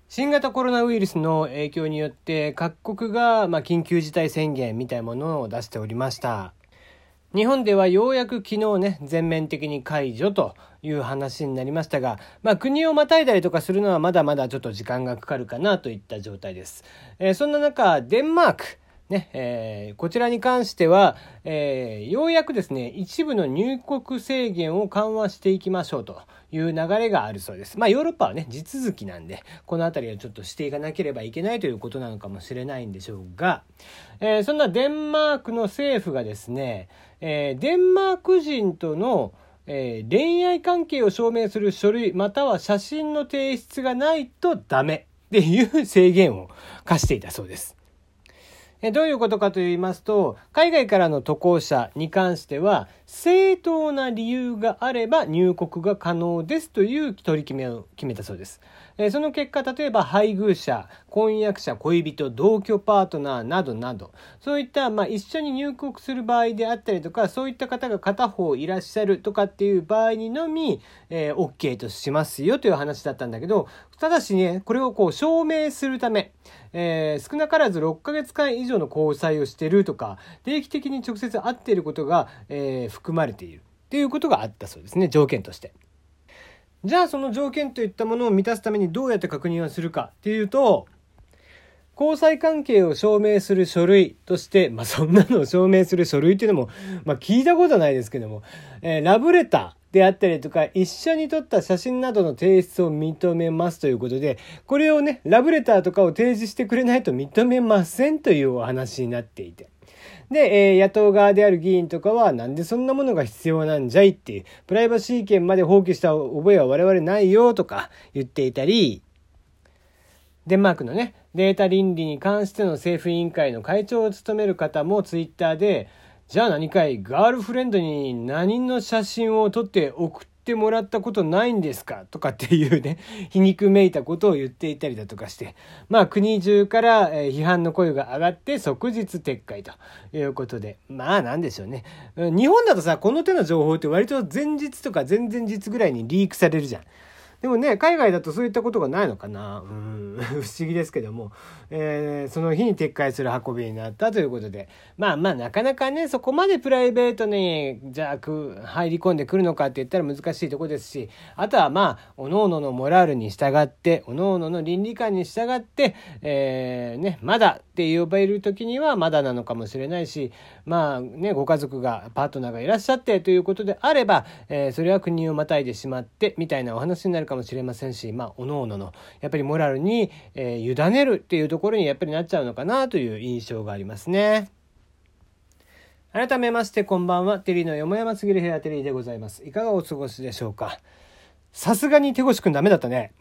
新型コロナウイルスの影響によって各国が緊急事態宣言みたいなものを出しておりました。日本ではようやく昨日ね、全面的に解除という話になりましたが、国をまたいだりとかするのはまだまだちょっと時間がかかるかなといった状態です。そんな中、デンマークこちらに関しては、ようやくですね、一部の入国制限を緩和していきましょうという流れがあるそうです。ヨーロッパはね、地続きなんで、このあたりはちょっとしていかなければいけないということなのかもしれないんでしょうが、そんなデンマークの政府がですね、デンマーク人との恋愛関係を証明する書類または写真の提出がないとダメっていう制限を課していたそうです。どういうことかと言いますと、海外からの渡航者に関しては正当な理由があれば入国が可能ですという取り決めを決めたそうです。その結果、例えば配偶者、婚約者、恋人、同居パートナーなどなど、そういった一緒に入国する場合であったりとか、そういった方が片方いらっしゃるとかっていう場合にのみ、OK としますよという話だったんだけど、ただしね、これを証明するため、少なからず6ヶ月間以上の交際をしているとか、定期的に直接会っていることが、含まれているっていうことがあったそうですね、条件として。じゃあその条件といったものを満たすためにどうやって確認をするかっていうと、交際関係を証明する書類として、そんなのを証明する書類っていうのも、聞いたことないですけども、ラブレターであったりとか、一緒に撮った写真などの提出を認めますということで、これをね、ラブレターとかを提示してくれないと認めませんというお話になっていて。で、野党側である議員とかは、なんでそんなものが必要なんじゃいっていう、プライバシー権まで放棄した覚えは我々ないよとか言っていたり、デンマークのね、データ倫理に関しての政府委員会の会長を務める方もツイッターで、じゃあ何かい、ガールフレンドに何の写真を撮って送ってもらったことないんですかとかっていうね、皮肉めいたことを言っていたりだとかして、国中から批判の声が上がって即日撤回ということで、なんでしょうね。日本だとさ、この手の情報って割と前日とか前々日ぐらいにリークされるじゃん。でもね、海外だとそういったことがないのかな。不思議ですけども、その日に撤回する運びになったということで、なかなかね、そこまでプライベートに入り込んでくるのかって言ったら難しいところですし、あとは各々のモラルに従って、各々の倫理観に従って、まだって呼ばれる時にはまだなのかもしれないし、ご家族がパートナーがいらっしゃってということであれば、それは国をまたいでしまってみたいなお話になるかもしれませんし、各々のやっぱりモラルに、委ねるっていうところにやっぱりなっちゃうのかなという印象がありますね。改めましてこんばんは、テリーのよもやますぎる部屋テリーでございます。いかがお過ごしでしょうか。さすがに手越くんダメだったね。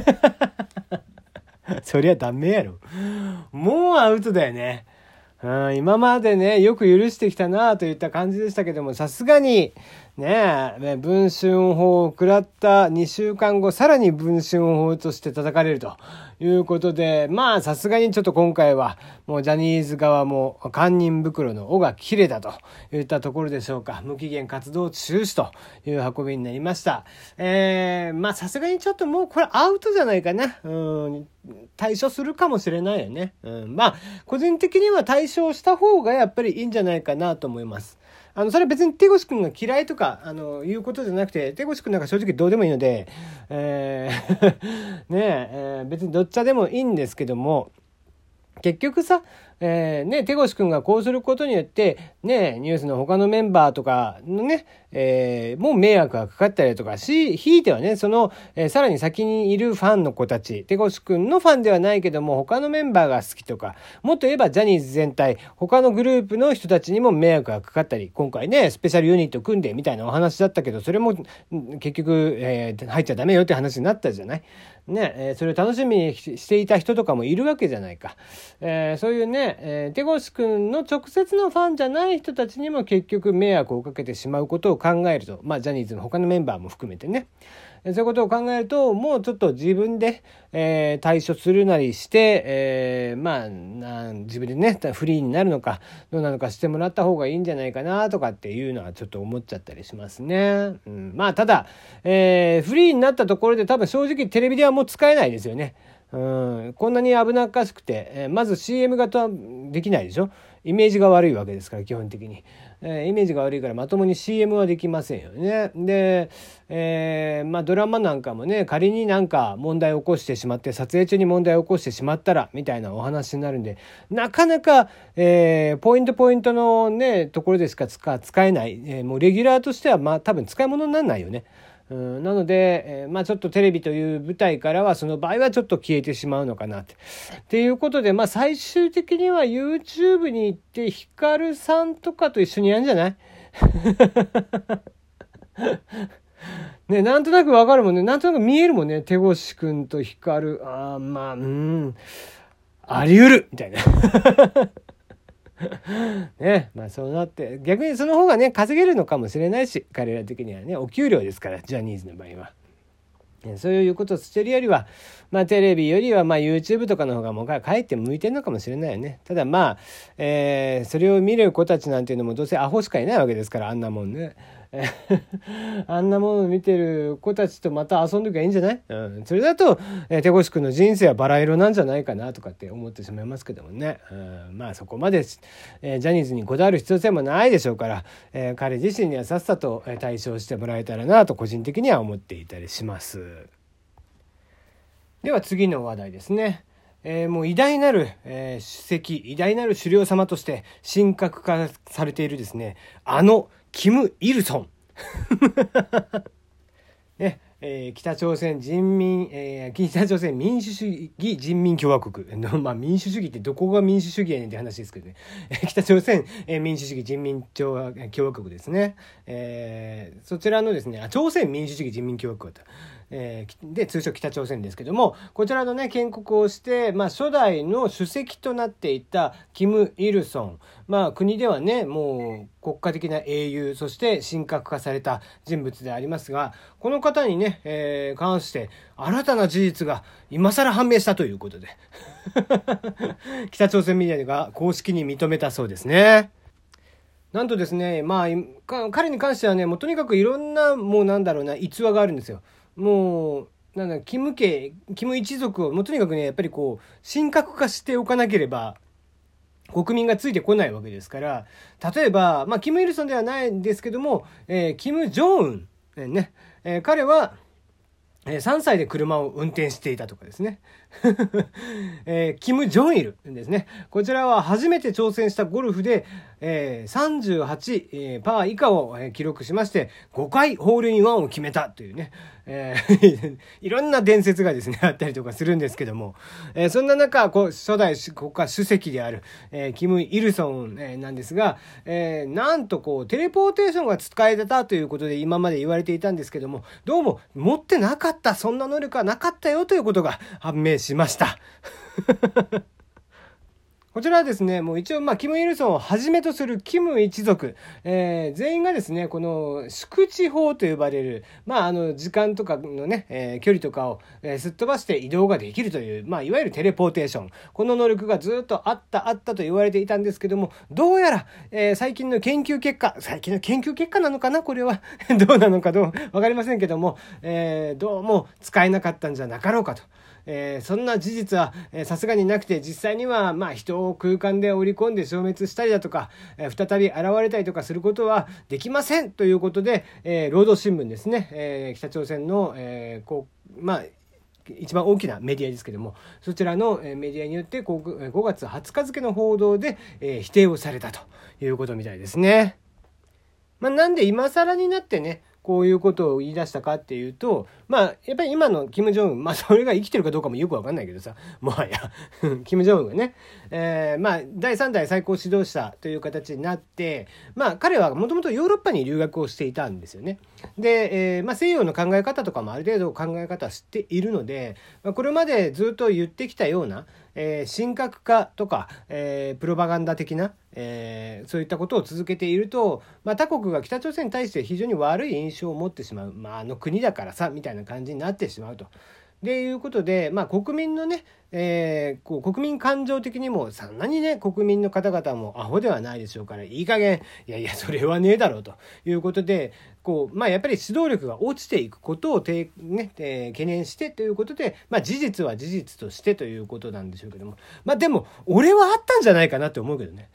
そりゃダメやろ。もうアウトだよね。今までね、よく許してきたなといった感じでしたけども、さすがにね、文春法を食らった2週間後、さらに文春法として叩かれるということで、さすがにちょっと今回はもうジャニーズ側も堪忍袋の尾が切れたといったところでしょうか。無期限活動中止という運びになりました。さすがにちょっともうこれアウトじゃないかな。対処するかもしれないよね。個人的には対処した方がやっぱりいいんじゃないかなと思います。それは別に手越くんが嫌いとかいうことじゃなくて、手越くんなんか正直どうでもいいので、別にどっちでもいいんですけども、結局さ、手越くんがこうすることによってニュースの他のメンバーとかのもう迷惑がかかったりとかし、ひいてはね、その、さらに先にいるファンの子たち、手越くんのファンではないけども他のメンバーが好きとか、もっと言えばジャニーズ全体、他のグループの人たちにも迷惑がかかったり、今回ねスペシャルユニット組んでみたいなお話だったけど、それも結局、入っちゃダメよって話になったじゃないそれを楽しみにしていた人とかもいるわけじゃないか。そういうね、手越くんの直接のファンじゃない人たちにも結局迷惑をかけてしまうことを考えると、ジャニーズの他のメンバーも含めてね、そういうことを考えると、もうちょっと自分で、対処するなりして、自分でねフリーになるのかどうなのかしてもらった方がいいんじゃないかなとかっていうのはちょっと思っちゃったりしますね。ただ、フリーになったところで多分正直テレビではもう使えないですよね。 こんなに危なっかしくて、まず CM 型できないでしょ。イメージが悪いわけですから基本的に、イメージが悪いからまともに CM はできませんよね。で、ドラマなんかもね、仮になんか問題を起こしてしまって、撮影中に問題を起こしてしまったらみたいなお話になるんで、なかなか、ポイントのねところでしか使えない、もうレギュラーとしては多分使い物にならないよね。なので、ちょっとテレビという舞台からはその場合はちょっと消えてしまうのかなっていうことで、最終的には YouTube に行ってヒカルさんとかと一緒にやるんじゃないね、なんとなくわかるもんね。なんとなく見えるもんね。手越くんとヒカル。あり得るみたいな。ね、そうなって逆にその方がね稼げるのかもしれないし、彼ら的にはねお給料ですから、ジャニーズの場合は。そういうことをしてるよりは、テレビよりはYouTube とかの方がもうかえって向いてるのかもしれないよね。ただそれを見る子たちなんていうのもどうせアホしかいないわけですから、あんなもんね。あんなものを見てる子たちとまた遊んできゃいいんじゃない？それだと、手越くんの人生はバラ色なんじゃないかなとかって思ってしまいますけどもね。そこまで、ジャニーズにこだわる必要性もないでしょうから、彼自身にはさっさと対処してもらえたらなと個人的には思っていたりします。では次の話題ですね。もう偉大なる、主席、偉大なる首領様として神格化されているですね、キム・イルソン、ね、北朝鮮民主主義人民共和国民主主義ってどこが民主主義やねんって話ですけどね、北朝鮮、民主主義人民共和国ですね、そちらのですね、朝鮮民主主義人民共和国だった、で通称北朝鮮ですけども、こちらのね建国をして、初代の主席となっていたキム・イルソン、国ではねもう国家的な英雄、そして神格化された人物でありますが、この方にね、関して新たな事実が今更判明したということで北朝鮮メディアが公式に認めたそうですね。なんとですね、彼に関してはね、もうとにかくいろんな逸話があるんですよ。もうキム一族をもうとにかくね、やっぱり神格化しておかなければ国民がついてこないわけですから、例えばキム・イルソンではないんですけども、キム・ジョンウン、彼は3歳で車を運転していたとかですねキム・ジョンイルですね。こちらは初めて挑戦したゴルフで、38、パー以下を記録しまして5回ホールインワンを決めたというね、いろんな伝説がですねあったりとかするんですけども、そんな中初代国家主席である、キム・イルソン、なんですが、なんとテレポーテーションが使えたということで今まで言われていたんですけども、どうも持ってなかった、そんな能力はなかったよということが判明しましたこちらはですね、もう一応キム・イルソンをはじめとするキム一族、全員がですねこの宿地法と呼ばれる、時間とかのね、距離とかを、すっ飛ばして移動ができるという、いわゆるテレポーテーション、この能力がずっとあったと言われていたんですけども、どうやら、最近の研究結果なのかな、これはどうなのかわかりませんけども、どうも使えなかったんじゃなかろうかと。そんな事実はさすがになくて、実際には人を空間で織り込んで消滅したりだとか、再び現れたりとかすることはできませんということで、労働新聞ですね、北朝鮮の、一番大きなメディアですけども、そちらのメディアによって5月20日付の報道で、否定をされたということみたいですね。なんで今更になってねこういうことを言い出したかっていうと、やっぱり今のキム・ジョンウン、それが生きてるかどうかもよくわかんないけどさ、もはやキム・ジョンウンがね、第3代最高指導者という形になって、彼はもともとヨーロッパに留学をしていたんですよね。で、西洋の考え方とかもある程度考え方は知っているので、これまでずっと言ってきたような、神格化とか、プロパガンダ的な、そういったことを続けていると、他国が北朝鮮に対して非常に悪い印象を持ってしまう、国だからさみたいな感じになってしまうと。でいうことで、国民のね、国民感情的にもそんなにね国民の方々もアホではないでしょうから、いい加減いやそれはねえだろうということで、 やっぱり指導力が落ちていくことを懸念してということで、事実は事実としてということなんでしょうけども、でも俺はあったんじゃないかなって思うけどね。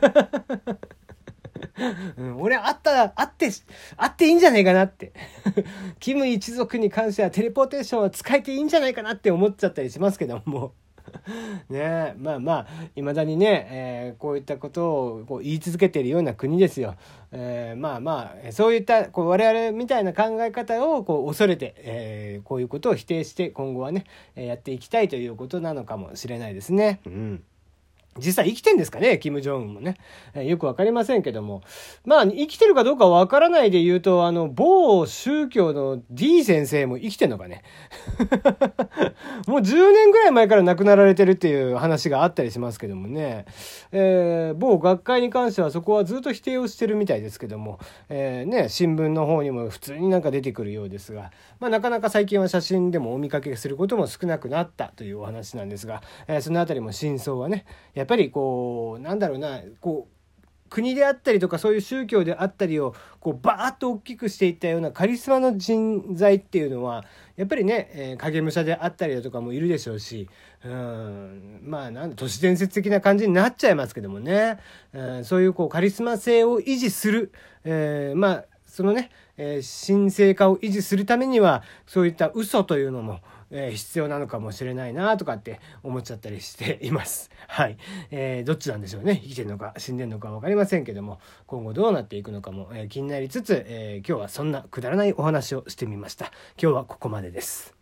俺あっていいんじゃないかなってキム一族に関してはテレポーテーションは使えていいんじゃないかなって思っちゃったりしますけどもね、未だにね、こういったことを言い続けているような国ですよ。そういった我々みたいな考え方を恐れて、こういうことを否定して今後はね、やっていきたいということなのかもしれないですね。実際生きてんですかね、キム・ジョンウンもね、よくわかりませんけども、生きてるかどうかわからないで言うと、某宗教の D 先生も生きてんのかね。もう10年ぐらい前から亡くなられてるっていう話があったりしますけどもね、某学会に関してはそこはずっと否定をしてるみたいですけども、新聞の方にも普通になんか出てくるようですが、なかなか最近は写真でもお見かけすることも少なくなったというお話なんですが、そのあたりも真相はね、やっぱり国であったりとかそういう宗教であったりをバーッと大きくしていったようなカリスマの人材っていうのはやっぱりね、影武者であったりだとかもいるでしょうし、都市伝説的な感じになっちゃいますけどもね、そういうカリスマ性を維持する、そのね、神聖化を維持するためにはそういった嘘というのも必要なのかもしれないなとかって思っちゃったりしています。はい、どっちなんでしょうね。生きてるのか死んでるのか分かりませんけども、今後どうなっていくのかも、気になりつつ、今日はそんなくだらないお話をしてみました。今日はここまでです。